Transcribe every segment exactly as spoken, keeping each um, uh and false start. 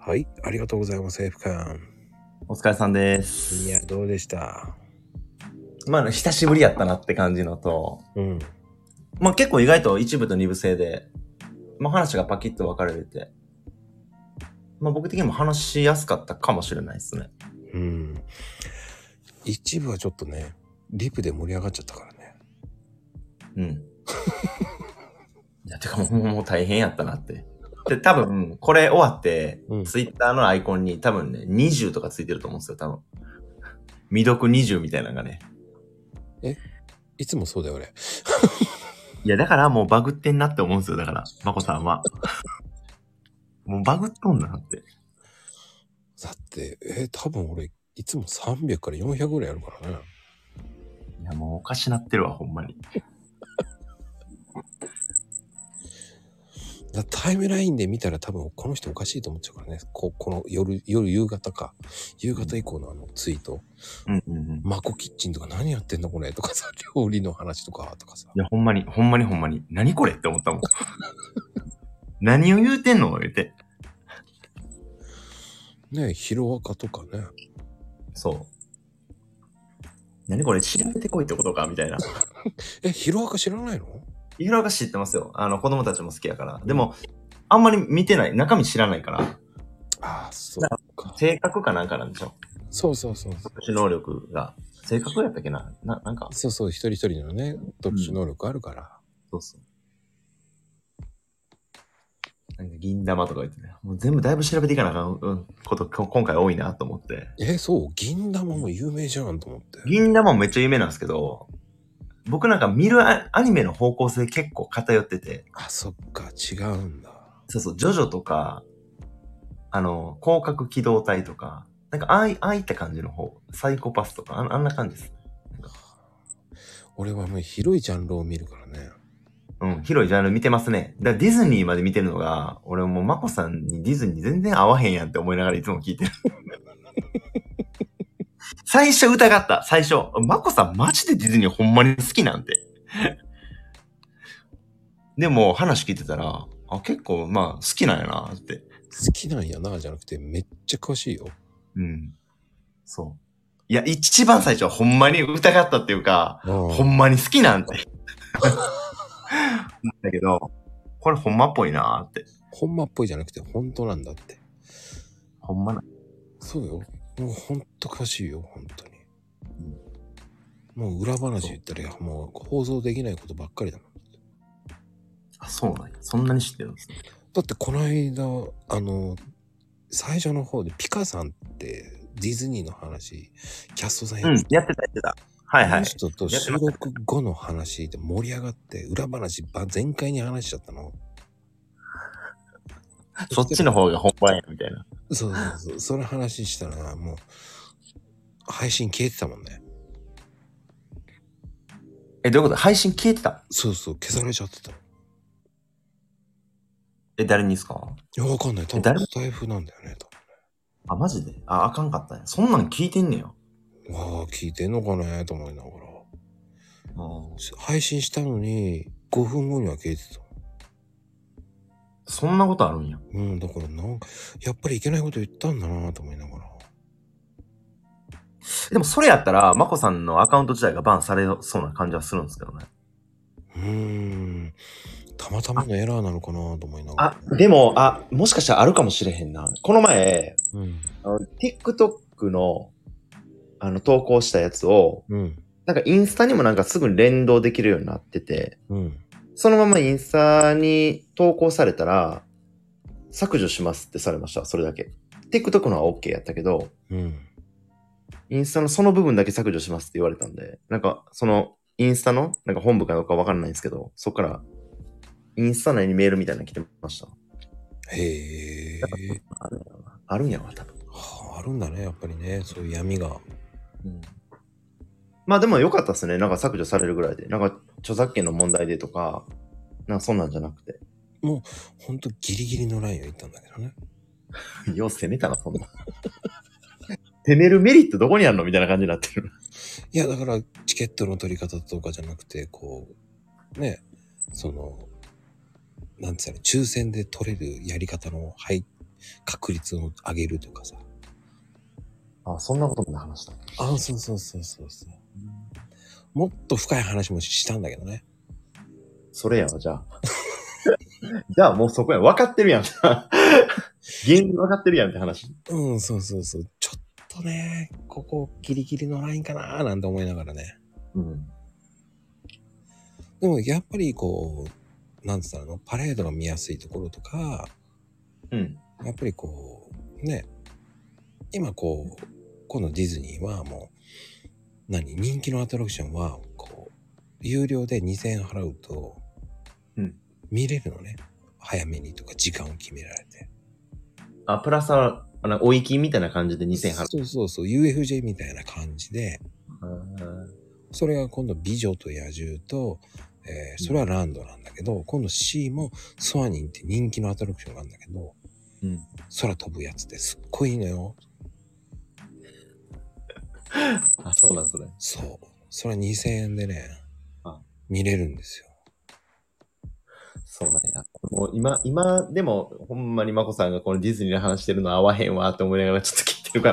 はい、ありがとうございます、エフカン。 お疲れさんです。 いや、どうでした？ まあ、久しぶりやったなって感じのと、 うん。 まあ結構意外と一部と二部制で、まあ話がパキッと分かれてて、まあ僕的にも話しやすかったかもしれないですね。 うん。一部はちょっとね、リプで盛り上がっちゃったからね。 うん。いや、てかもう、もう大変やったなって。で、多分、これ終わって、 うん、 ツイッターのアイコンに多分ね、にじゅうとかついてると思うんですよ、多分。未読にじゅうみたいなのがね。 えいつもそうだよ、俺。 いや、だからもうバグってんなって思うんですよ、だから、まこさんは。もうバグっとんなって。 だって、えー、多分俺、いつもさんびゃくからよんひゃくぐらいやるからね。 いや、もうおかしなってるわ、ほんまに。 だタイムラインで見たら多分この人おかしいと思っちゃうからね。ここの夜、夜、夕方か。夕方以降のあのツイート。 うんうんうん。 マコキッチンとか何やってんのこれとかさ、料理の話とかとかさ。 いや、ほんまに、ほんまにほんまに。何これって思ったもん。何を言うてんの言うて。 ねえ、ヒロアカとかね。 そう。何これ調べてこいってことかみたいな。 え、ヒロアカ知らないの？ ヒロアカ知ってますよ。あの、子供たちも好きやから。でも、あんまり見てない。中身知らないから。 ああ、そうか。 性格かなんかなんでしょ。 そうそうそうそう。 特殊能力が。性格やったっけなな、なんか。 そうそう、一人一人のね、特殊能力あるから。 うん、そうそう。なんか銀玉とか言ってね。もう全部だいぶ調べていかなあかん、うん、こと、今回多いなと思って。 え、そう銀玉も有名じゃんと思って。 銀玉もめっちゃ有名なんですけど、僕なんか見るアニメの方向性結構偏ってて。 あ、そっか、違うんだ。 そうそう、ジョジョとか、あの、広角機動隊とか、なんかああい、ああいった感じの方、サイコパスとか、あ, あんな感じです。なんか俺はもう広いジャンルを見るからね。 うん、広いジャンル見てますね。だからディズニーまで見てるのが、俺もうマコさんにディズニー全然合わへんやんって思いながらいつも聞いてる。最初疑った、最初。マコさんマジでディズニーほんまに好きなんて。でも話聞いてたら、あ、結構まあ好きなんやなって。 好きなんやな、じゃなくてめっちゃ詳しいよ。 うん。そう。いや、一番最初はほんまに疑ったっていうか、ほんまに好きなんて。だけど、これほんまっぽいなーって。 ほんまっぽいじゃなくて本当なんだって。 ほんまな。 そうよ。もうほんと詳しいよ、本当に。うん、もう裏話言ったらもう放送できないことばっかりだもん。 あ、そうなんや。そんなに知ってるんですね。 だってこの間、あの、最初の方でピカさんってディズニーの話、キャストさんやってた。うん、やってた、やってた。はいはい。 あの人と収録後の話で盛り上がって裏話全開に話しちゃったの。 そっちの方が本番やみたいな。 そうそうそう。その話したらもう配信消えてたもんね。 え、どういうこと？配信消えてた？ そうそう、消されちゃってた。 え、誰にですか？ いや、わかんない。多分スタイフなんだよね、多分ね。 あ、マジで？あ、あかんかったね。そんなん聞いてんねや。 わあ、聞いてんのかねと思いながら。配信したのにごふんごには消えてた。 そんなことあるんや。 うん、だからなんか、やっぱりいけないこと言ったんだなと思いながら。 でもそれやったら、マコさんのアカウント自体がバンされそうな感じはするんですけどね。 うーん。たまたまのエラーなのかなと思いながら。 あ、でも、あ、もしかしたらあるかもしれへんな。この前、 うん、 あの TikTok の、あの、投稿したやつを、 うん、 なんかインスタにもなんかすぐ連動できるようになってて、 うん、 そのままインスタに投稿されたら、削除しますってされました。それだけ。TikTok のは OK やったけど、 うん。 インスタのその部分だけ削除しますって言われたんで、なんか、その、インスタの、なんか本部かどうかわからないんですけど、そっから、インスタ内にメールみたいなの来てました。 へー。 あるんやろな。あるんやわ、多分。 はあ、あるんだね、やっぱりね、そういう闇が。 うん。まあでも良かったっすね。なんか削除されるぐらいで。なんか、著作権の問題でとか、なんかそんなんじゃなくて。 もう、ほんとギリギリのラインを言ったんだけどね。 よう攻めたな、そんな。攻めるメリットどこにあるのみたいな感じになってる。 いや、だから、チケットの取り方とかじゃなくて、こう、ね、その、なんつうの、抽選で取れるやり方の、はい、 確率を上げるとかさ。 あ、そんなことも話した。 あ、そうそうそうそうそう。もっと深い話もしたんだけどね。 それやわ、じゃあ。じゃあもうそこや。分かってるやん。原因分かってるやんって話。 うん、そうそうそう。ちょっとね、ここギリギリのラインかなーなんて思いながらね。 うん。 でもやっぱりこう、なんつったの、パレードが見やすいところとか、 うん。 やっぱりこう、ね、今こう、今度ディズニーはもう、何、人気のアトラクションは、こう、有料でにせんえん払うと、 うん。 見れるのね。早めにとか時間を決められて。 あ、プラスは、あの、お行きみたいな感じでにせんえん払う。 そうそうそう、ユーエフジェー みたいな感じで、それが今度美女と野獣と、えー、それはランドなんだけど、うん、今度 C もソアニンって人気のアトラクションがあるんだけど、うん、空飛ぶやつですっごいいいのよ。 あ、そうなんですね。 そう。それはにせんえんでね、見れるんですよ。 そうなんや。もう今、今でもほんまにマコさんがこのディズニーの話してるの合わへんわって思いながらちょっと聞いてるから。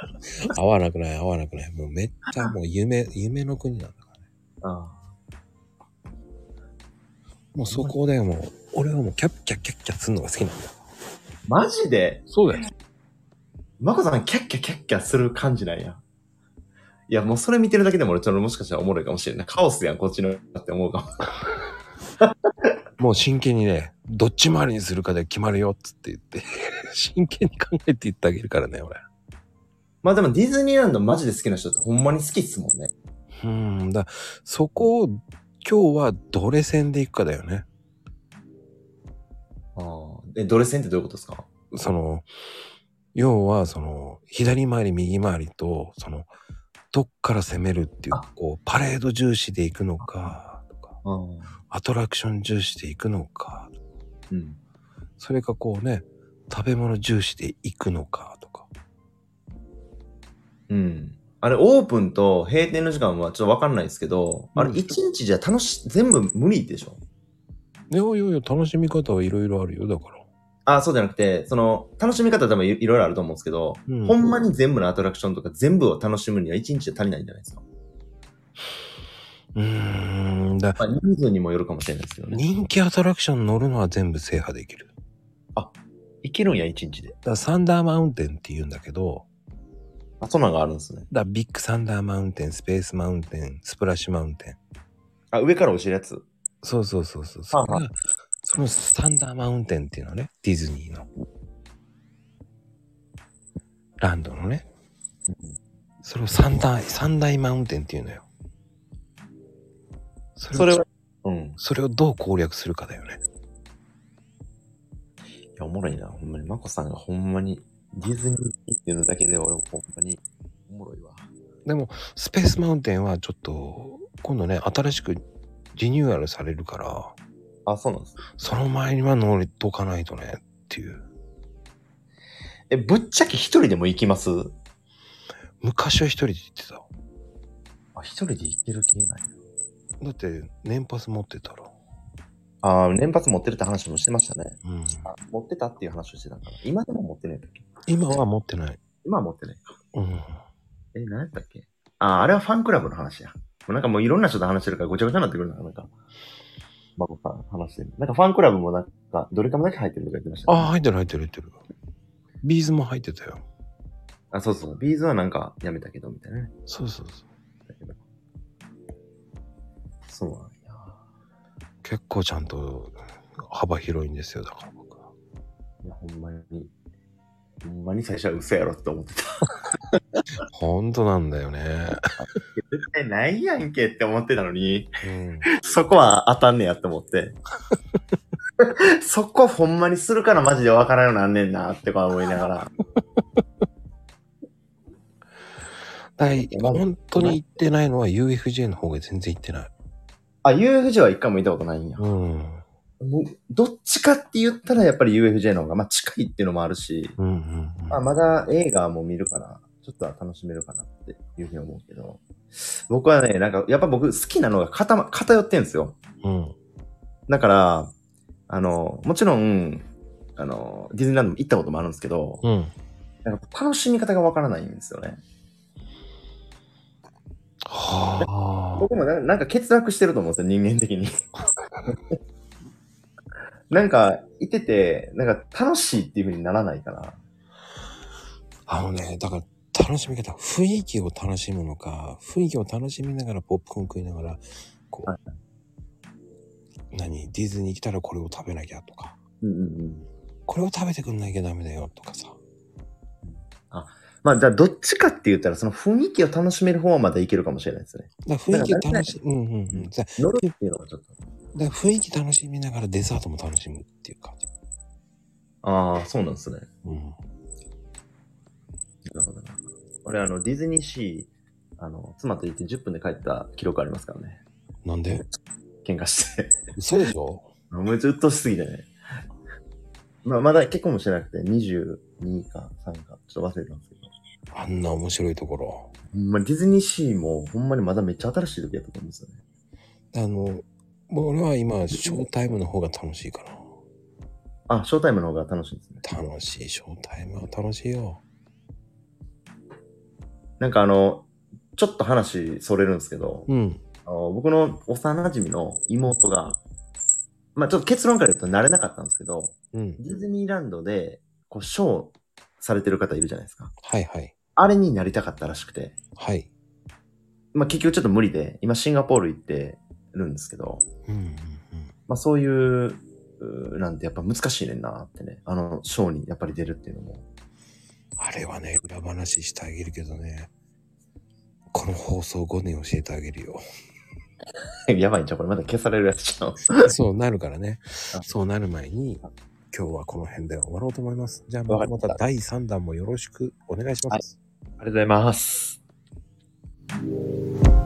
合わなくない合わなくない。もうめっちゃもう夢、夢の国なんだからね。ああ。もうそこでもう、俺はもうキャッキャッキャッキャするのが好きなんだよ。 マジで？ そうだよ。 マコさんキャッキャキャッキャする感じなんや。いや、もうそれ見てるだけでも俺ちょっともしかしたらおもろいかもしれない。カオスやん、こっちのって思うかも。 もう真剣にね、どっち回りにするかで決まるよっつって言って、真剣に考えて言ってあげるからね、俺。 まあでもディズニーランドマジで好きな人ってほんまに好きっすもんね。 うん、だそこを今日はどれ線で行くかだよね。 ああ。え、どれ線ってどういうことですか？ その、要はその、左回り右回りと、その、どっから攻めるっていう、こう、パレード重視で行くのか、とか、アトラクション重視で行くのか、うん、それかこうね、食べ物重視で行くのか、とか。 うん。あれ、オープンと閉店の時間はちょっとわかんないですけど、うん、あれ、一日じゃ楽し、全部無理でしょ？ いやいやいや、楽しみ方はいろいろあるよ、だから。 あ、そうじゃなくて、その、楽しみ方多分いろいろあると思うんですけど、うん、ほんまに全部のアトラクションとか全部を楽しむには一日じゃ足りないんじゃないですか。 うーんだ、 まあ、人数にもよるかもしれないですけどね。 人気アトラクション乗るのは全部制覇できる。 あ、いけるんや、一日で。だからサンダーマウンテンって言うんだけど、 あ、そんなのがあるんですね。 だビッグサンダーマウンテン、スペースマウンテン、スプラッシュマウンテン。 あ、上から落ちるやつ？ そうそうそうそう。それが、そのサンダーマウンテンっていうのね、ディズニーの。ランドのね。それを三大、三大マウンテンっていうのよ。それを、それは、うん。それをどう攻略するかだよね。 いや、おもろいな。ほんまに、マコさんがほんまに、ディズニーっていうのだけで俺もほんまに、おもろいわ。 でも、スペースマウンテンはちょっと、今度ね、新しくリニューアルされるから。 あ、そうなんです。 その前には乗りとかないとね、っていう。 え、ぶっちゃけ一人でも行きます？ 昔は一人で行ってた。 あ、一人で行ける系なんや。 だって、年パス持ってたら。 ああ、年パス持ってるって話もしてましたね。うん。持ってたっていう話をしてたから。今でも持ってないんだっけ？ 今は持ってない。 今は持ってないか。 うん。 え、何やったっけ？ああ、あれはファンクラブの話や。もうなんかもういろんな人と話してるからごちゃごちゃになってくるんだから、なんか。マコさん話してる。なんかファンクラブもなんか、どれかもだけ入ってるとか言ってました、 ね。ああ、入ってる入ってる入ってる。ビーズも入ってたよ。 あ、そうそう。ビーズはなんかやめたけど、みたいなね。 そうそうそう。 だけどそうなんや。 結構ちゃんと幅広いんですよ、だから僕は。 いや、ほんまに、ほんまに最初は嘘やろって思ってた。 ほんとなんだよね。 絶対ないやんけって思ってたのに、うん、そこは当たんねやって思って。そこほんまにするからマジでわからんようなんねんなってか思いながら。 だい本当に行ってないのは ユーエフジェー の方が全然行ってない。 あ、ユーエフジェー は一回も行ったことないんや。うん。もうどっちかって言ったらやっぱり ユーエフジェー の方が、まあ近いっていうのもあるし、うんうんうん、まあ、まだ映画も見るから、ちょっとは楽しめるかなっていうふうに思うけど、僕はね、なんかやっぱ僕好きなのが偏、偏ってんですよ。うん。だから、あの、もちろん、 あの、ディズニーランドも行ったこともあるんですけど、うん、なんか楽しみ方がわからないんですよね。はあ。僕もななんか欠落してると思うんですよ、人間的に。なんか、いてて、なんか楽しいっていう風にならないかな。 あのね、だから楽しみ方、雰囲気を楽しむのか、雰囲気を楽しみながらポップコーン食いながら、こう、はい、何、ディズニー来たらこれを食べなきゃとか、うんうんうん、これを食べてくんなきゃダメだよとかさ。 あ、まあ、じゃあどっちかって言ったら、その雰囲気を楽しめる方はまだいけるかもしれないですね。 だから雰囲気を楽しみ、うんうんうん。 乗るっていうのはちょっと。 だから雰囲気楽しみながらデザートも楽しむっていう感じ。 ああ、そうなんですね。うん。なるほどな。俺、あの、ディズニーシー、あの、妻と行ってじゅっぷんで帰った記録ありますからね。 なんで？ 喧嘩して。 嘘でしょ？ もうずっとしすぎてね。まあ、まだ結婚もしてなくて、にじゅうにかさんか、ちょっと忘れたんですけど。 あんな面白いところ。 ほんまディズニーシーも、ほんまにまだめっちゃ新しい時やったと思うんですよね。 あの、俺は今、ショータイムの方が楽しいかな。 あ、ショータイムの方が楽しいですね。 楽しい、ショータイムは楽しいよ。 なんかあの、ちょっと話それるんですけど、うん、あの僕の幼馴染の妹が、まあちょっと結論から言うと慣れなかったんですけど、うん、ディズニーランドでこうショーされてる方いるじゃないですか。はいはい。あれになりたかったらしくて。はい。まあ結局ちょっと無理で、今シンガポール行ってるんですけど、うんうんうん、まあそういう、なんてやっぱ難しいねんなってね、あのショーにやっぱり出るっていうのも。あれはね、裏話してあげるけどね、この放送後に教えてあげるよ。やばいんちゃうこれまだ消されるやつちゃう。そうなるからね。そうなる前に、今日はこの辺で終わろうと思います。じゃあまたまただいさんだんもよろしくお願いします。 はい、ありがとうございます。